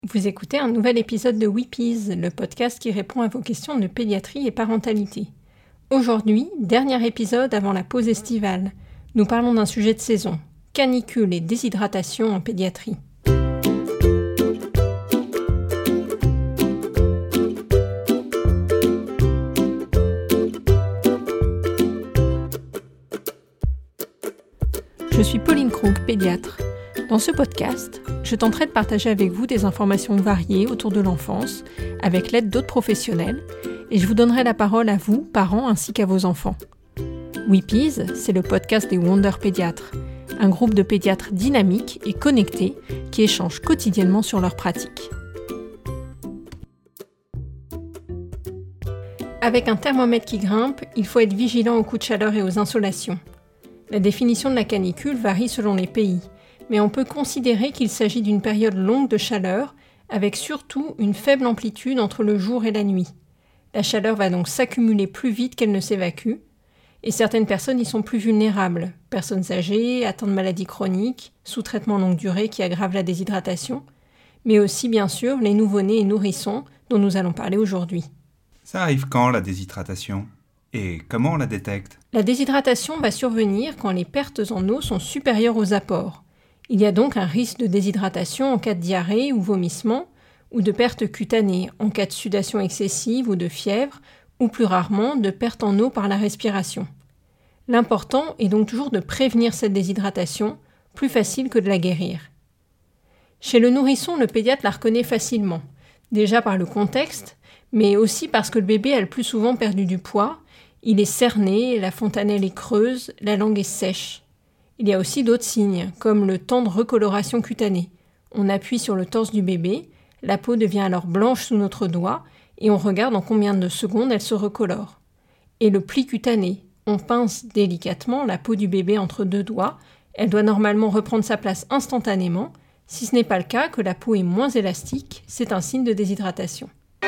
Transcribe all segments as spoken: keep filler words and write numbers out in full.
Vous écoutez un nouvel épisode de Weepies, le podcast qui répond à vos questions de pédiatrie et parentalité. Aujourd'hui, dernier épisode avant la pause estivale. Nous parlons d'un sujet de saison, canicule et déshydratation en pédiatrie. Je suis Pauline Krug, pédiatre. Dans ce podcast, je tenterai de partager avec vous des informations variées autour de l'enfance, avec l'aide d'autres professionnels, et je vous donnerai la parole à vous, parents, ainsi qu'à vos enfants. Weepies, c'est le podcast des Wonder Pédiatres, un groupe de pédiatres dynamiques et connectés qui échangent quotidiennement sur leurs pratiques. Avec un thermomètre qui grimpe, il faut être vigilant aux coups de chaleur et aux insolations. La définition de la canicule varie selon les pays, mais on peut considérer qu'il s'agit d'une période longue de chaleur, avec surtout une faible amplitude entre le jour et la nuit. La chaleur va donc s'accumuler plus vite qu'elle ne s'évacue, et certaines personnes y sont plus vulnérables, personnes âgées, atteintes de maladies chroniques, sous traitement longue durée qui aggrave la déshydratation, mais aussi bien sûr les nouveau-nés et nourrissons dont nous allons parler aujourd'hui. Ça arrive quand la déshydratation ? Et comment on la détecte ? La déshydratation va survenir quand les pertes en eau sont supérieures aux apports. Il y a donc un risque de déshydratation en cas de diarrhée ou vomissement, ou de perte cutanée en cas de sudation excessive ou de fièvre, ou plus rarement de perte en eau par la respiration. L'important est donc toujours de prévenir cette déshydratation, plus facile que de la guérir. Chez le nourrisson, le pédiatre la reconnaît facilement, déjà par le contexte, mais aussi parce que le bébé a le plus souvent perdu du poids, il est cerné, la fontanelle est creuse, la langue est sèche. Il y a aussi d'autres signes, comme le temps de recoloration cutanée. On appuie sur le torse du bébé, la peau devient alors blanche sous notre doigt, et on regarde en combien de secondes elle se recolore. Et le pli cutané, on pince délicatement la peau du bébé entre deux doigts, elle doit normalement reprendre sa place instantanément. Si ce n'est pas le cas, que la peau est moins élastique, c'est un signe de déshydratation.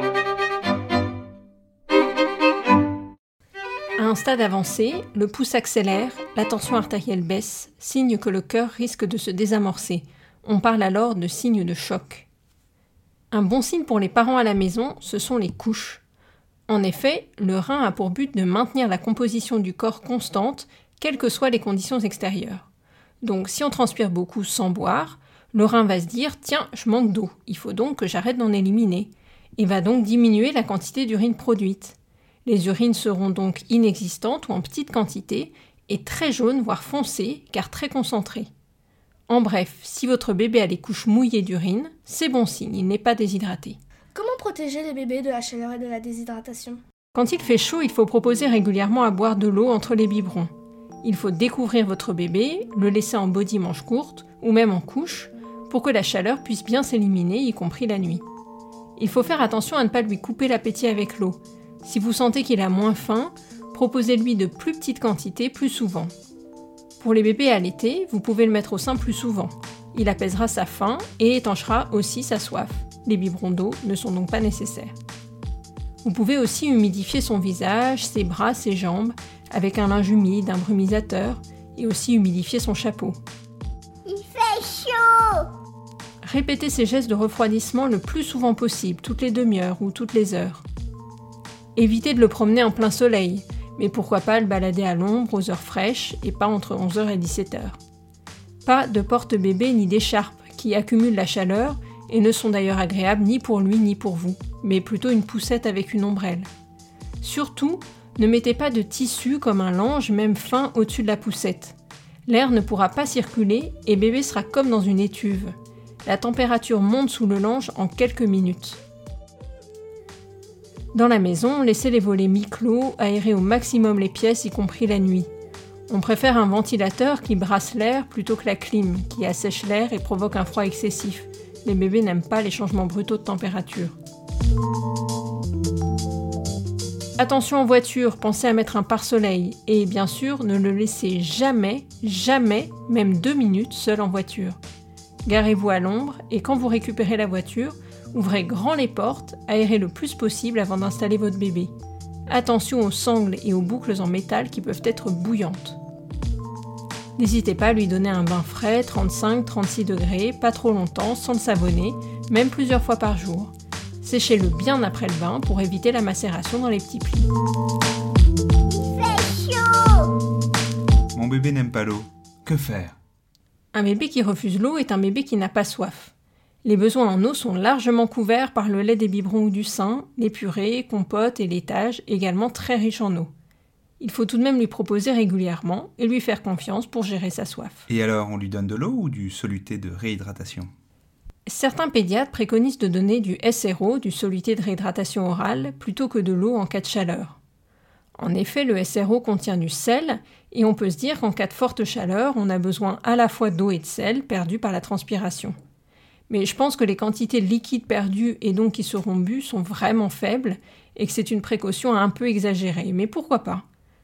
À un stade avancé, le pouls s'accélère, la tension artérielle baisse, signe que le cœur risque de se désamorcer. On parle alors de signe de choc. Un bon signe pour les parents à la maison, ce sont les couches. En effet, le rein a pour but de maintenir la composition du corps constante, quelles que soient les conditions extérieures. Donc si on transpire beaucoup sans boire, le rein va se dire « Tiens, je manque d'eau, il faut donc que j'arrête d'en éliminer » et va donc diminuer la quantité d'urine produite. Les urines seront donc inexistantes ou en petite quantité et très jaunes, voire foncées, car très concentrées. En bref, si votre bébé a les couches mouillées d'urine, c'est bon signe, il n'est pas déshydraté. Comment protéger les bébés de la chaleur et de la déshydratation ? Quand il fait chaud, il faut proposer régulièrement à boire de l'eau entre les biberons. Il faut découvrir votre bébé, le laisser en body manche courte ou même en couche, pour que la chaleur puisse bien s'éliminer, y compris la nuit. Il faut faire attention à ne pas lui couper l'appétit avec l'eau. Si vous sentez qu'il a moins faim, proposez-lui de plus petites quantités plus souvent. Pour les bébés allaités, vous pouvez le mettre au sein plus souvent. Il apaisera sa faim et étanchera aussi sa soif. Les biberons d'eau ne sont donc pas nécessaires. Vous pouvez aussi humidifier son visage, ses bras, ses jambes, avec un linge humide, un brumisateur, et aussi humidifier son chapeau. Il fait chaud ! Répétez ces gestes de refroidissement le plus souvent possible, toutes les demi-heures ou toutes les heures. Évitez de le promener en plein soleil, mais pourquoi pas le balader à l'ombre aux heures fraîches et pas entre onze heures et dix-sept heures. Pas de porte-bébé ni d'écharpe qui accumulent la chaleur et ne sont d'ailleurs agréables ni pour lui ni pour vous, mais plutôt une poussette avec une ombrelle. Surtout, ne mettez pas de tissu comme un lange, même fin, au-dessus de la poussette. L'air ne pourra pas circuler et bébé sera comme dans une étuve. La température monte sous le lange en quelques minutes. Dans la maison, laissez les volets mi-clos, aérer au maximum les pièces, y compris la nuit. On préfère un ventilateur qui brasse l'air plutôt que la clim, qui assèche l'air et provoque un froid excessif. Les bébés n'aiment pas les changements brutaux de température. Attention en voiture, pensez à mettre un pare-soleil et bien sûr, ne le laissez jamais, jamais, même deux minutes seul en voiture. Garez-vous à l'ombre et quand vous récupérez la voiture, ouvrez grand les portes, aérez le plus possible avant d'installer votre bébé. Attention aux sangles et aux boucles en métal qui peuvent être bouillantes. N'hésitez pas à lui donner un bain frais, trente-cinq à trente-six degrés, pas trop longtemps, sans le savonner, même plusieurs fois par jour. Séchez-le bien après le bain pour éviter la macération dans les petits plis. C'est chaud! Mon bébé n'aime pas l'eau. Que faire? Un bébé qui refuse l'eau est un bébé qui n'a pas soif. Les besoins en eau sont largement couverts par le lait des biberons ou du sein, les purées, compotes et laitages, également très riches en eau. Il faut tout de même lui proposer régulièrement et lui faire confiance pour gérer sa soif. Et alors, on lui donne de l'eau ou du soluté de réhydratation? Certains pédiatres préconisent de donner du S R O, du soluté de réhydratation orale, plutôt que de l'eau en cas de chaleur. En effet, le S R O contient du sel et on peut se dire qu'en cas de forte chaleur, on a besoin à la fois d'eau et de sel perdus par la transpiration. Mais je pense que les quantités de liquide perdues et donc qui seront bues sont vraiment faibles et que c'est une précaution un peu exagérée. Mais pourquoi pas?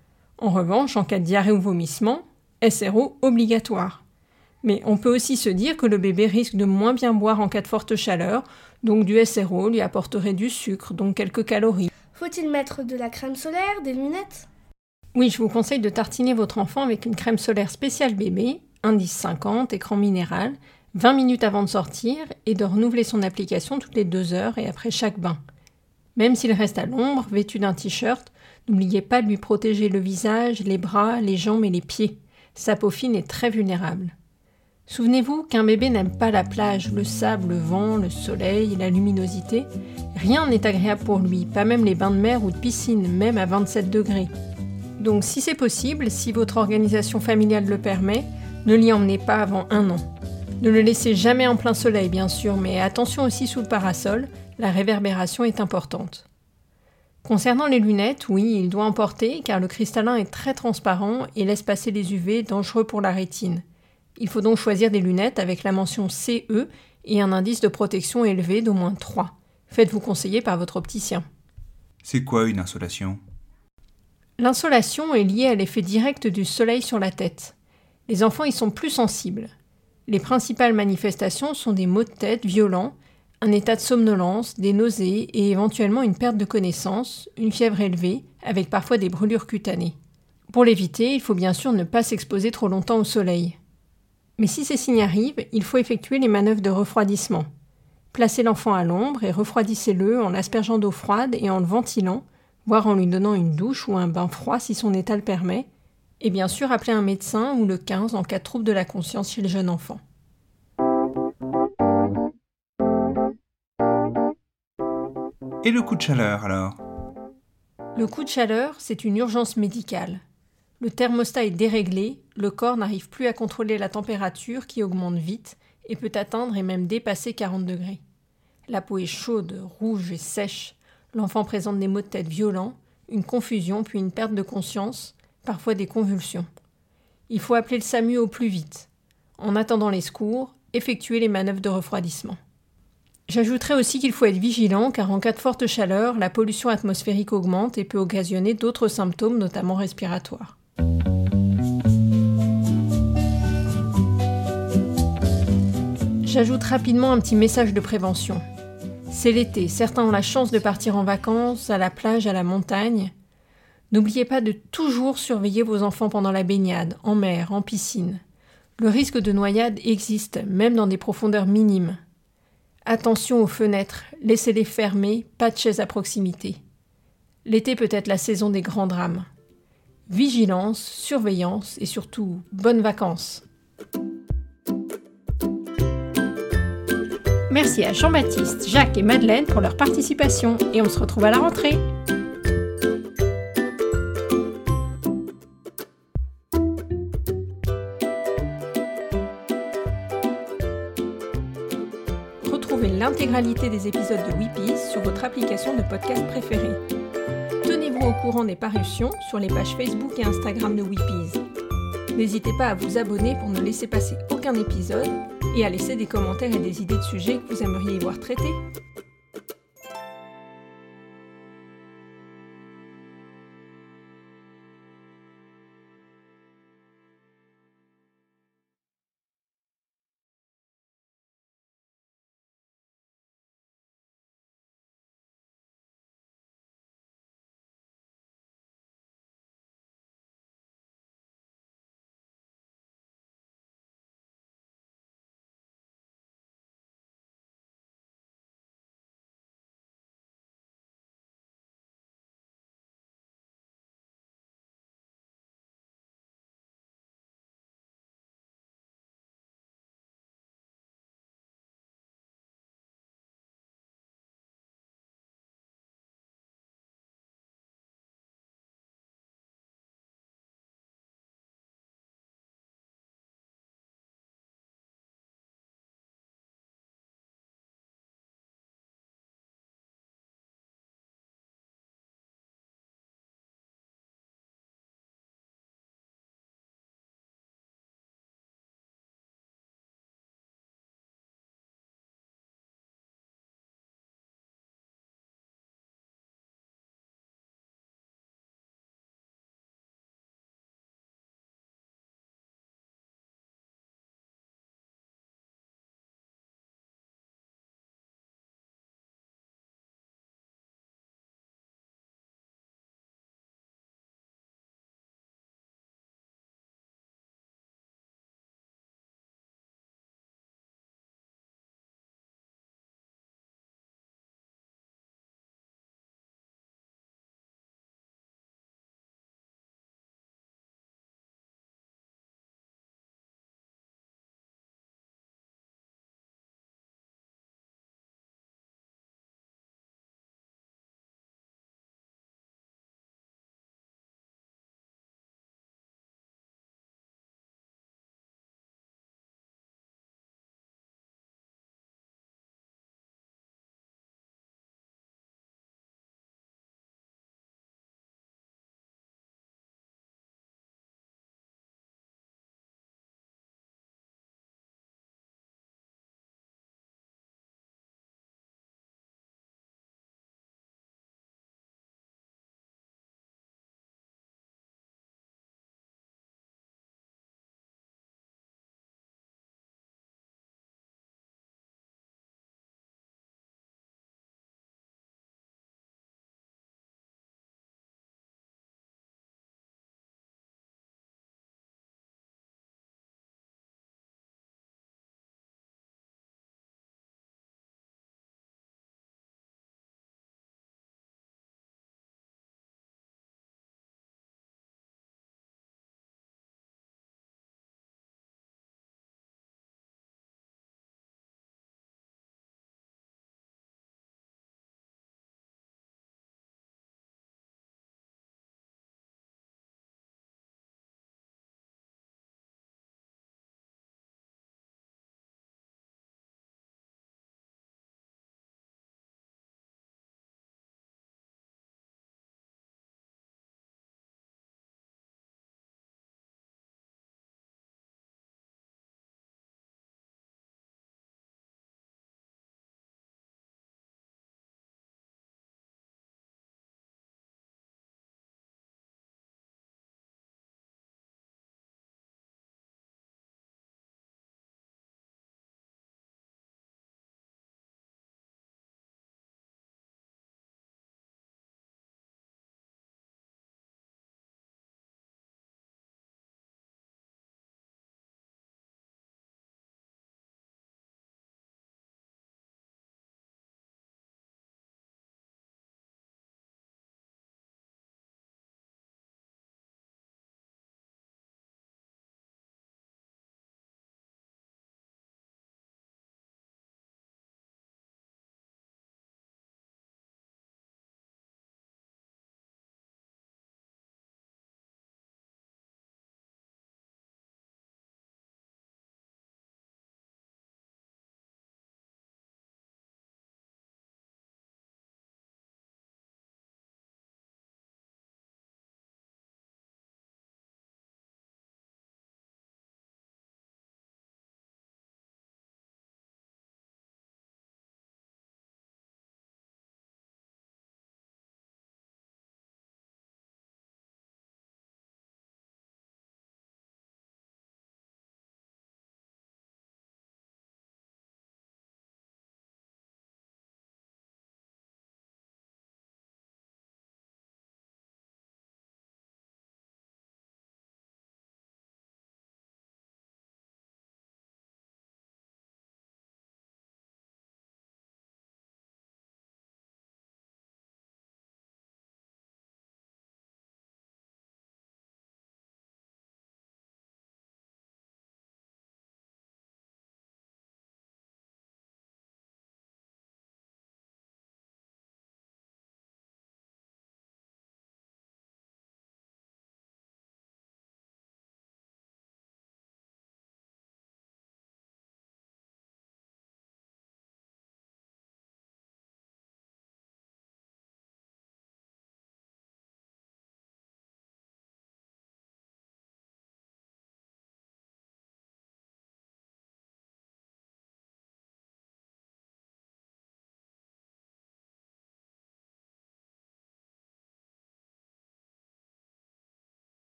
En revanche, en cas de diarrhée ou vomissement, S R O obligatoire. Mais on peut aussi se dire que le bébé risque de moins bien boire en cas de forte chaleur, donc du S R O lui apporterait du sucre, donc quelques calories. Faut-il mettre de la crème solaire, des lunettes? Oui, je vous conseille de tartiner votre enfant avec une crème solaire spéciale bébé, indice cinquante, écran minéral, vingt minutes avant de sortir et de renouveler son application toutes les deux heures et après chaque bain. Même s'il reste à l'ombre, vêtu d'un t-shirt, n'oubliez pas de lui protéger le visage, les bras, les jambes et les pieds. Sa peau fine est très vulnérable. Souvenez-vous qu'un bébé n'aime pas la plage, le sable, le vent, le soleil, la luminosité. Rien n'est agréable pour lui, pas même les bains de mer ou de piscine, même à vingt-sept degrés. Donc si c'est possible, si votre organisation familiale le permet, ne l'y emmenez pas avant un an. Ne le laissez jamais en plein soleil, bien sûr, mais attention aussi sous le parasol, la réverbération est importante. Concernant les lunettes, oui, il doit en porter car le cristallin est très transparent et laisse passer les U V dangereux pour la rétine. Il faut donc choisir des lunettes avec la mention C E et un indice de protection élevé d'au moins trois. Faites-vous conseiller par votre opticien. C'est quoi une insolation? L'insolation est liée à l'effet direct du soleil sur la tête. Les enfants y sont plus sensibles. Les principales manifestations sont des maux de tête violents, un état de somnolence, des nausées et éventuellement une perte de connaissance, une fièvre élevée, avec parfois des brûlures cutanées. Pour l'éviter, il faut bien sûr ne pas s'exposer trop longtemps au soleil. Mais si ces signes arrivent, il faut effectuer les manœuvres de refroidissement. Placez l'enfant à l'ombre et refroidissez-le en l'aspergeant d'eau froide et en le ventilant, voire en lui donnant une douche ou un bain froid si son état le permet, et bien sûr appelez un médecin ou le quinze en cas de trouble de la conscience chez le jeune enfant. Et le coup de chaleur alors? Le coup de chaleur, c'est une urgence médicale. Le thermostat est déréglé, le corps n'arrive plus à contrôler la température qui augmente vite et peut atteindre et même dépasser quarante degrés. La peau est chaude, rouge et sèche. L'enfant présente des maux de tête violents, une confusion puis une perte de conscience, parfois des convulsions. Il faut appeler le SAMU au plus vite. En attendant les secours, effectuez les manœuvres de refroidissement. J'ajouterai aussi qu'il faut être vigilant car en cas de forte chaleur, la pollution atmosphérique augmente et peut occasionner d'autres symptômes, notamment respiratoires. J'ajoute rapidement un petit message de prévention. C'est l'été, certains ont la chance de partir en vacances, à la plage, à la montagne. N'oubliez pas de toujours surveiller vos enfants pendant la baignade, en mer, en piscine. Le risque de noyade existe, même dans des profondeurs minimes. Attention aux fenêtres, laissez-les fermées, pas de chaises à proximité. L'été peut être la saison des grands drames. Vigilance, surveillance et surtout, bonnes vacances. Merci à Jean-Baptiste, Jacques et Madeleine pour leur participation et on se retrouve à la rentrée. Retrouvez l'intégralité des épisodes de Weepies sur votre application de podcast préférée. Tenez-vous au courant des parutions sur les pages Facebook et Instagram de Weepies. N'hésitez pas à vous abonner pour ne laisser passer aucun épisode et à laisser des commentaires et des idées de sujets que vous aimeriez y voir traités.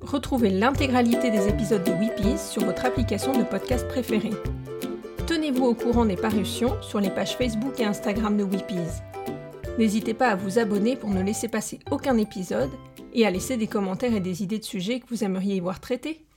Retrouvez l'intégralité des épisodes de Weepies sur votre application de podcast préférée. Tenez-vous au courant des parutions sur les pages Facebook et Instagram de Weepies. N'hésitez pas à vous abonner pour ne laisser passer aucun épisode et à laisser des commentaires et des idées de sujets que vous aimeriez y voir traités.